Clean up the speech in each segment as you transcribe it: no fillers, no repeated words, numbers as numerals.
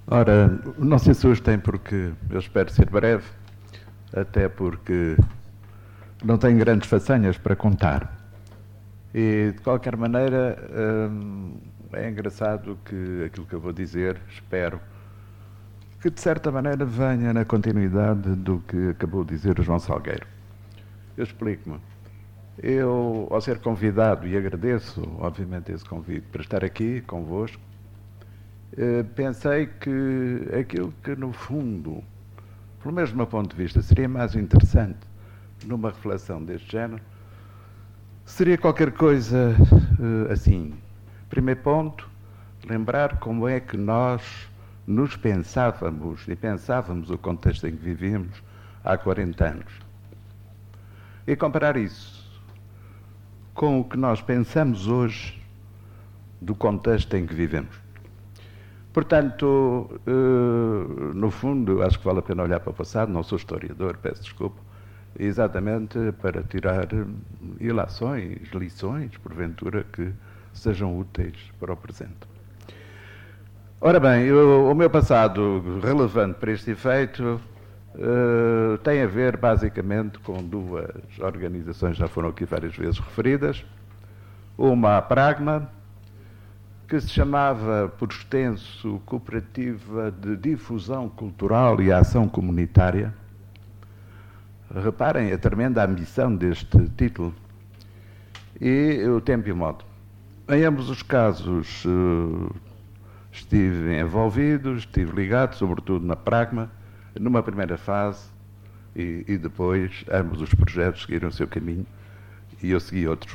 Ora, não se assustem porque eu espero ser breve, até porque não tenho grandes façanhas para contar. E, de qualquer maneira, é engraçado que aquilo que eu vou dizer, espero, que de certa maneira venha na continuidade do que acabou de dizer o João Salgueiro. Eu explico-me. Eu, ao ser convidado, e agradeço, obviamente, esse convite para estar aqui convosco, pensei que aquilo que, no fundo, pelo menos do meu ponto de vista, seria mais interessante numa reflexão deste género, seria qualquer coisa assim. Primeiro ponto, lembrar como é que nós nos pensávamos e pensávamos o contexto em que vivíamos há 40 anos. E comparar isso com o que nós pensamos hoje do contexto em que vivemos. Portanto, no fundo, acho que vale a pena olhar para o passado, não sou historiador, peço desculpa, exatamente para tirar ilações, lições, porventura, que sejam úteis para o presente. Ora bem, o meu passado relevante para este efeito tem a ver basicamente com duas organizações, já foram aqui várias vezes referidas. Uma, a Pragma, que se chamava, por extenso, Cooperativa de Difusão Cultural e Ação Comunitária. Reparem a tremenda ambição deste título. E o tempo e o modo. Em ambos os casos estive envolvido, estive ligado, sobretudo na Pragma, numa primeira fase, e depois ambos os projetos seguiram o seu caminho e eu segui outros.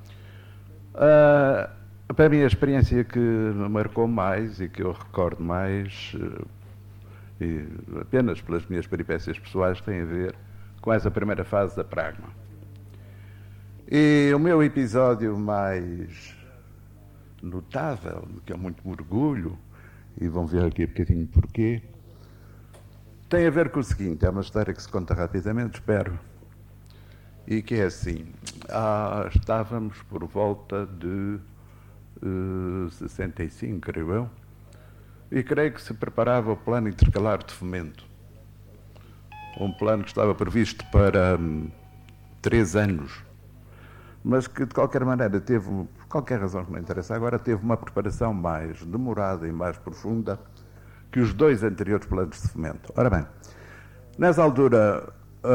Para mim, a experiência que me marcou mais e que eu recordo mais, e apenas pelas minhas peripécias pessoais, tem a ver com essa primeira fase da Pragma. E o meu episódio mais notável, que é muito orgulho, e vão ver aqui um bocadinho porquê, tem a ver com o seguinte, é uma história que se conta rapidamente, espero, e que é assim, estávamos por volta de 65, creio eu, e creio que se preparava o plano intercalar de fomento. Um plano que estava previsto para 3 anos, mas que de qualquer maneira teve, por qualquer razão que não interessa agora, teve uma preparação mais demorada e mais profunda que os 2 anteriores planos de fomento. Ora bem, nessa altura,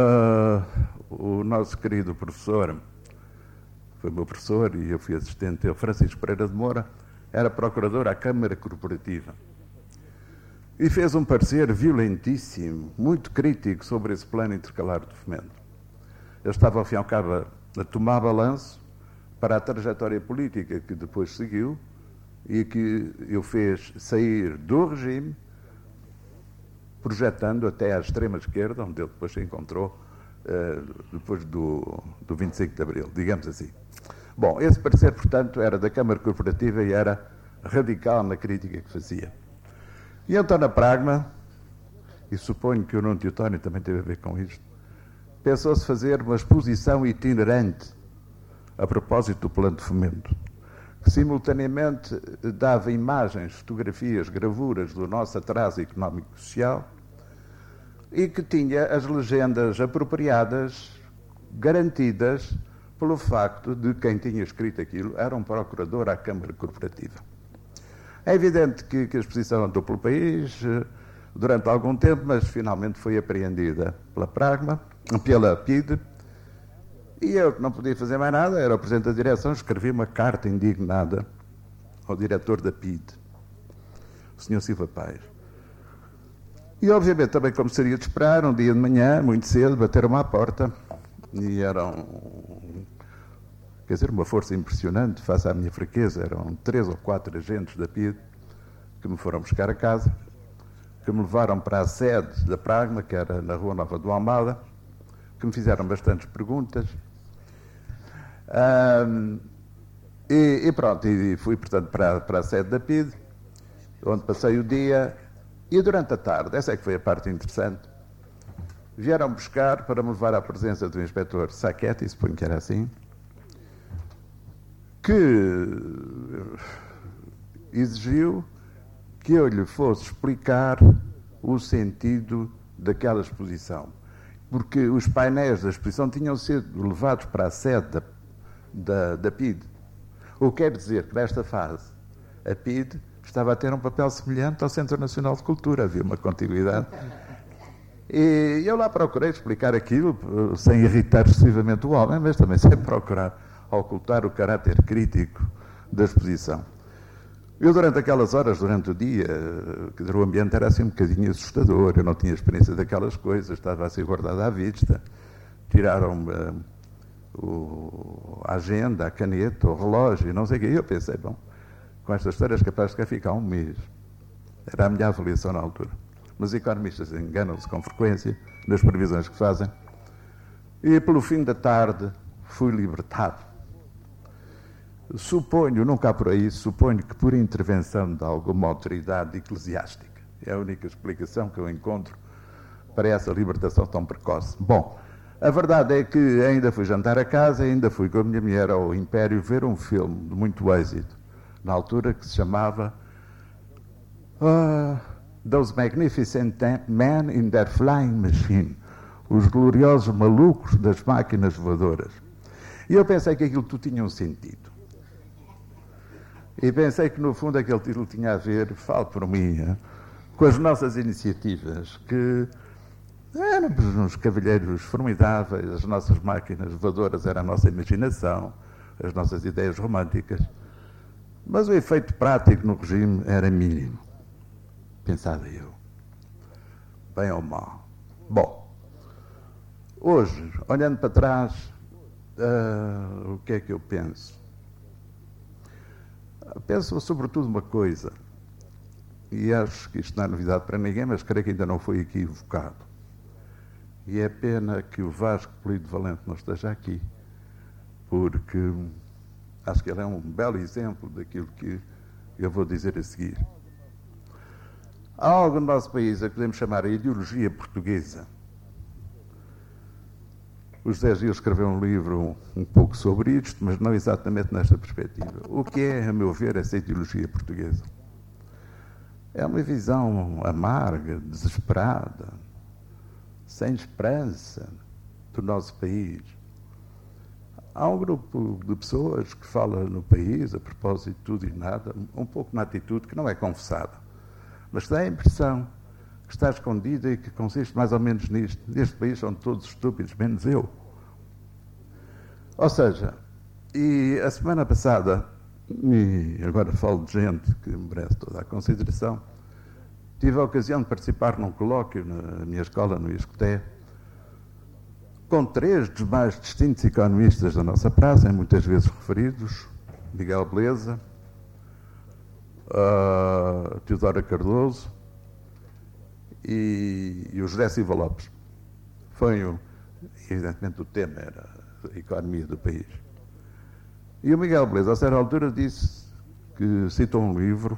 o nosso querido professor, foi meu professor e eu fui assistente dele, Francisco Pereira de Moura, era procurador à Câmara Corporativa. E fez um parecer violentíssimo, muito crítico sobre esse plano intercalar de fomento. Ele estava, ao fim e ao cabo, a tomar balanço para a trajetória política que depois seguiu e que o fez sair do regime, projetando até à extrema-esquerda, onde ele depois se encontrou, depois do 25 de Abril, digamos assim. Bom, esse parecer, portanto, era da Câmara Corporativa e era radical na crítica que fazia. E então, na Pragma, e suponho que o Nuno Teotónio também teve a ver com isto, pensou-se fazer uma exposição itinerante a propósito do plano de fomento, que simultaneamente dava imagens, fotografias, gravuras do nosso atraso económico e social e que tinha as legendas apropriadas, garantidas pelo facto de quem tinha escrito aquilo era um procurador à Câmara Corporativa. É evidente que a exposição andou pelo país durante algum tempo, mas finalmente foi apreendida pela Pragma, pela PIDE, e eu, que não podia fazer mais nada, era o presidente da direção, escrevi uma carta indignada ao diretor da PIDE, o Sr. Silva Paes. E, obviamente, também como seria de esperar, um dia de manhã, muito cedo, bateram-me à porta, e eram, quer dizer, uma força impressionante, face à minha fraqueza, eram 3 ou 4 agentes da PIDE, que me foram buscar a casa, que me levaram para a sede da Pragma, que era na Rua Nova do Almada, que me fizeram bastantes perguntas. E pronto, e fui, portanto, para a sede da PIDE, onde passei o dia, e durante a tarde, essa é que foi a parte interessante, vieram buscar para me levar à presença do inspetor Sacchetti, suponho que era assim, que exigiu que eu lhe fosse explicar o sentido daquela exposição. Porque os painéis da exposição tinham sido levados para a sede da PIDE. O que quer dizer que, nesta fase, a PIDE estava a ter um papel semelhante ao Centro Nacional de Cultura. Havia uma continuidade. E eu lá procurei explicar aquilo, sem irritar excessivamente o homem, mas também sem procurar ocultar o caráter crítico da exposição. Eu, durante aquelas horas, durante o dia, o ambiente era assim um bocadinho assustador, eu não tinha experiência daquelas coisas, estava assim guardado à vista. Tiraram-me a agenda, a caneta, o relógio, não sei o quê. E eu pensei, bom, com estas histórias capaz de ficar um mês. Era a minha avaliação na altura. Mas os economistas enganam-se com frequência nas previsões que fazem. E pelo fim da tarde fui libertado. Suponho, nunca há por aí, suponho que por intervenção de alguma autoridade eclesiástica. É a única explicação que eu encontro para essa libertação tão precoce. Bom, a verdade é que ainda fui jantar a casa, ainda fui com a minha mulher ao Império ver um filme de muito êxito, na altura, que se chamava Those Magnificent Men in Their Flying Machine, os gloriosos malucos das máquinas voadoras. E eu pensei que aquilo tudo tinha um sentido. E pensei que, no fundo, aquele título tinha a ver, falo por mim, com as nossas iniciativas, que éramos uns cavalheiros formidáveis, as nossas máquinas voadoras era a nossa imaginação, as nossas ideias românticas, mas o efeito prático no regime era mínimo, pensava eu, bem ou mal. Bom, hoje, olhando para trás, o que é que eu penso? Penso sobretudo uma coisa, e acho que isto não é novidade para ninguém, mas creio que ainda não foi aqui evocado. E é pena que o Vasco Polido Valente não esteja aqui, porque acho que ele é um belo exemplo daquilo que eu vou dizer a seguir. Há algo no nosso país a que podemos chamar a ideologia portuguesa. O José Gil escreveu um livro um pouco sobre isto, mas não exatamente nesta perspectiva. O que é, a meu ver, essa ideologia portuguesa? É uma visão amarga, desesperada, sem esperança do nosso país. Há um grupo de pessoas que fala no país, a propósito de tudo e nada, um pouco na atitude que não é confessada, mas dá a impressão que está escondida e que consiste mais ou menos nisto. Neste país são todos estúpidos, menos eu. Ou seja, e a semana passada, e agora falo de gente que merece toda a consideração, tive a ocasião de participar num colóquio na minha escola, no ISCTE, com 3 dos mais distintos economistas da nossa praça, muitas vezes referidos: Miguel Beleza, Teodora Cardoso e o José Silva Lopes. Evidentemente o tema era a economia do país. E o Miguel Beleza, a certa altura, disse que citou um livro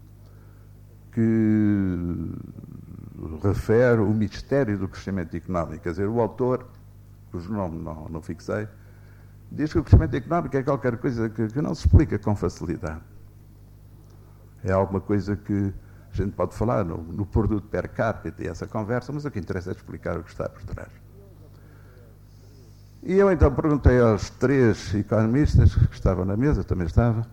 que refere o mistério do crescimento económico. Quer dizer, o autor, cujo nome não fixei, diz que o crescimento económico é qualquer coisa que não se explica com facilidade. É alguma coisa que a gente pode falar no produto per capita e essa conversa, mas o que interessa é explicar o que está por trás. E eu então perguntei aos 3 economistas que estavam na mesa, também estava,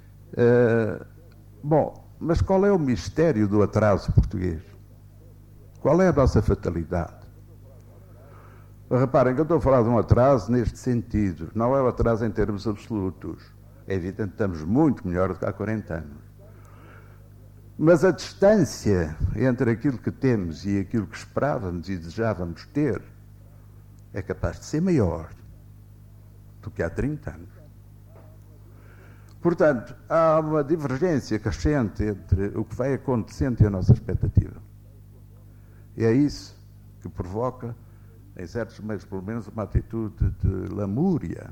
bom, mas qual é o mistério do atraso português? Qual é a nossa fatalidade? Reparem que eu estou a falar de um atraso neste sentido, não é o atraso em termos absolutos. É evidente que estamos muito melhor do que há 40 anos. Mas a distância entre aquilo que temos e aquilo que esperávamos e desejávamos ter é capaz de ser maior do que há 30 anos. Portanto, há uma divergência crescente entre o que vai acontecendo e a nossa expectativa. E é isso que provoca, em certos meios, pelo menos, uma atitude de lamúria,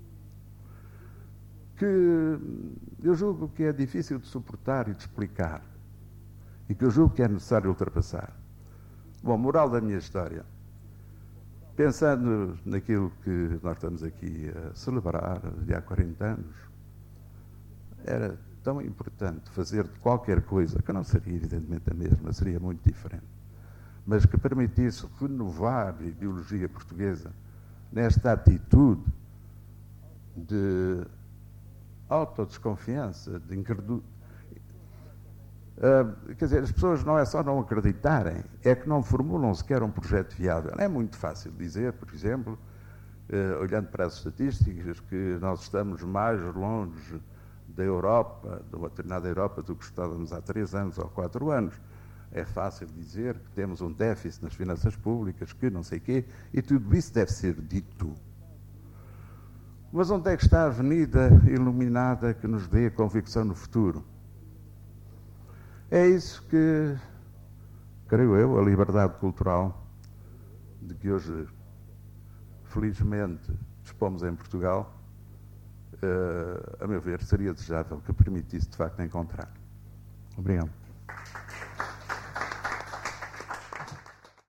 que eu julgo que é difícil de suportar e de explicar, e que eu julgo que é necessário ultrapassar. Bom, moral da minha história. Pensando naquilo que nós estamos aqui a celebrar de há 40 anos, era tão importante fazer de qualquer coisa, que não seria evidentemente a mesma, seria muito diferente, mas que permitisse renovar a ideologia portuguesa nesta atitude de autodesconfiança, de incredulidade. Quer dizer, as pessoas não é só não acreditarem, é que não formulam sequer um projeto viável. É muito fácil dizer, por exemplo, olhando para as estatísticas, que nós estamos mais longe da Europa, de uma determinada Europa, do que estávamos há 3 anos ou 4 anos. É fácil dizer que temos um déficit nas finanças públicas, que não sei o quê, e tudo isso deve ser dito. Mas onde é que está a avenida iluminada que nos dê a convicção no futuro? É isso que, creio eu, a liberdade cultural de que hoje, felizmente, dispomos em Portugal, a meu ver, seria desejável que permitisse, de facto, encontrar. Obrigado.